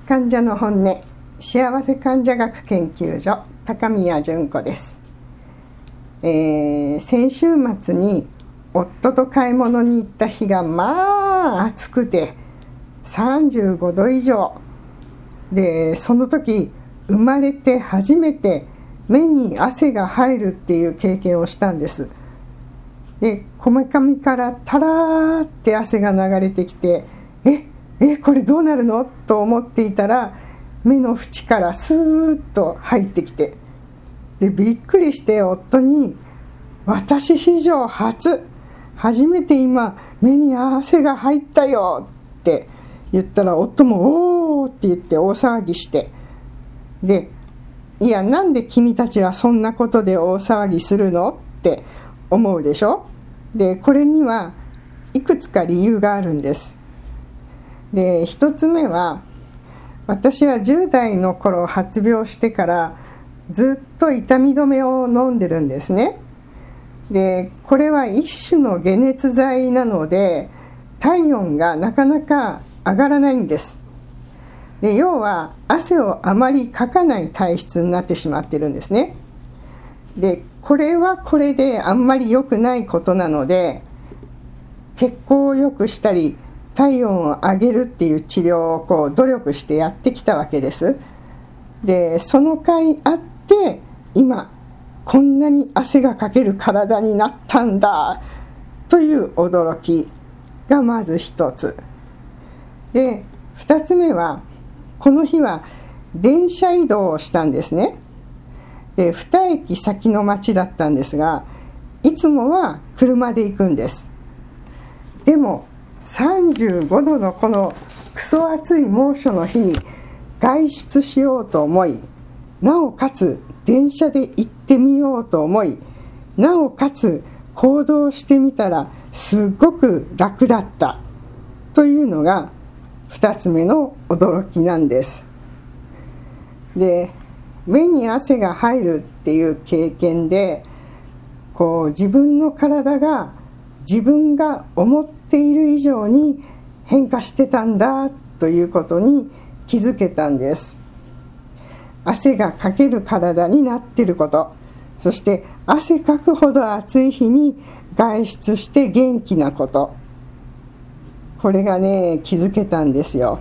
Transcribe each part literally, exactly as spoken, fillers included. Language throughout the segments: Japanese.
患者の本音、幸せ患者学研究所、高宮純子です。えー、先週末に夫と買い物に行った日がまあ暑くてさんじゅうごど以上で、その時生まれて初めて目に汗が入るっていう経験をしたんです。で、こめかみからタラーって汗が流れてきて、ええこれどうなるのと思っていたら、目の縁からスーッと入ってきて、でびっくりして夫に、私史上初初めて今目に汗が入ったよって言ったら、夫もおーって言って大騒ぎして、でいや、なんで君たちはそんなことで大騒ぎするのって思うでしょ。でこれにはいくつか理由があるんです。で一つ目は、私はじゅう代の頃発病してからずっと痛み止めを飲んでるんですね。でこれは一種の解熱剤なので体温がなかなか上がらないんです。で要は汗をあまりかかない体質になってしまってるんですね。でこれはこれであんまり良くないことなので、血行を良くしたり体温を上げるっていう治療をこう努力してやってきたわけです。でその甲斐あって今こんなに汗がかける体になったんだという驚きがまず一つで、二つ目は、この日は電車移動をしたんですね。でに駅先の町だったんですが、いつもは車で行くんです。でもさんじゅうごどのこのクソ暑い猛暑の日に外出しようと思い、なおかつ電車で行ってみようと思い、なおかつ行動してみたらすごく楽だったというのがふたつめの驚きなんです。で目に汗が入るっていう経験で、こう自分の体が自分が思っている以上に変化してたんだということに気づけたんです。汗がかける体になっていること、そして汗かくほど暑い日に外出して元気なこと、これがね気づけたんですよ。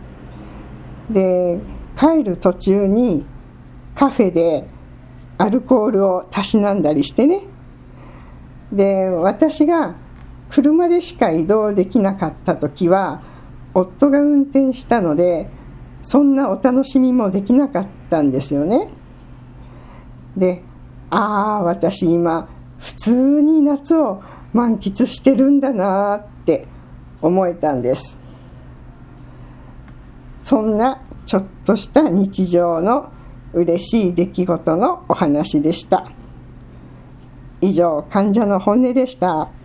で帰る途中にカフェでアルコールをたしなんだりしてね、で私が車でしか移動できなかった時は夫が運転したので、そんなお楽しみもできなかったんですよね。で、ああ私今普通に夏を満喫してるんだなって思えたんです。そんなちょっとした日常の嬉しい出来事のお話でした。以上、患者の本音でした。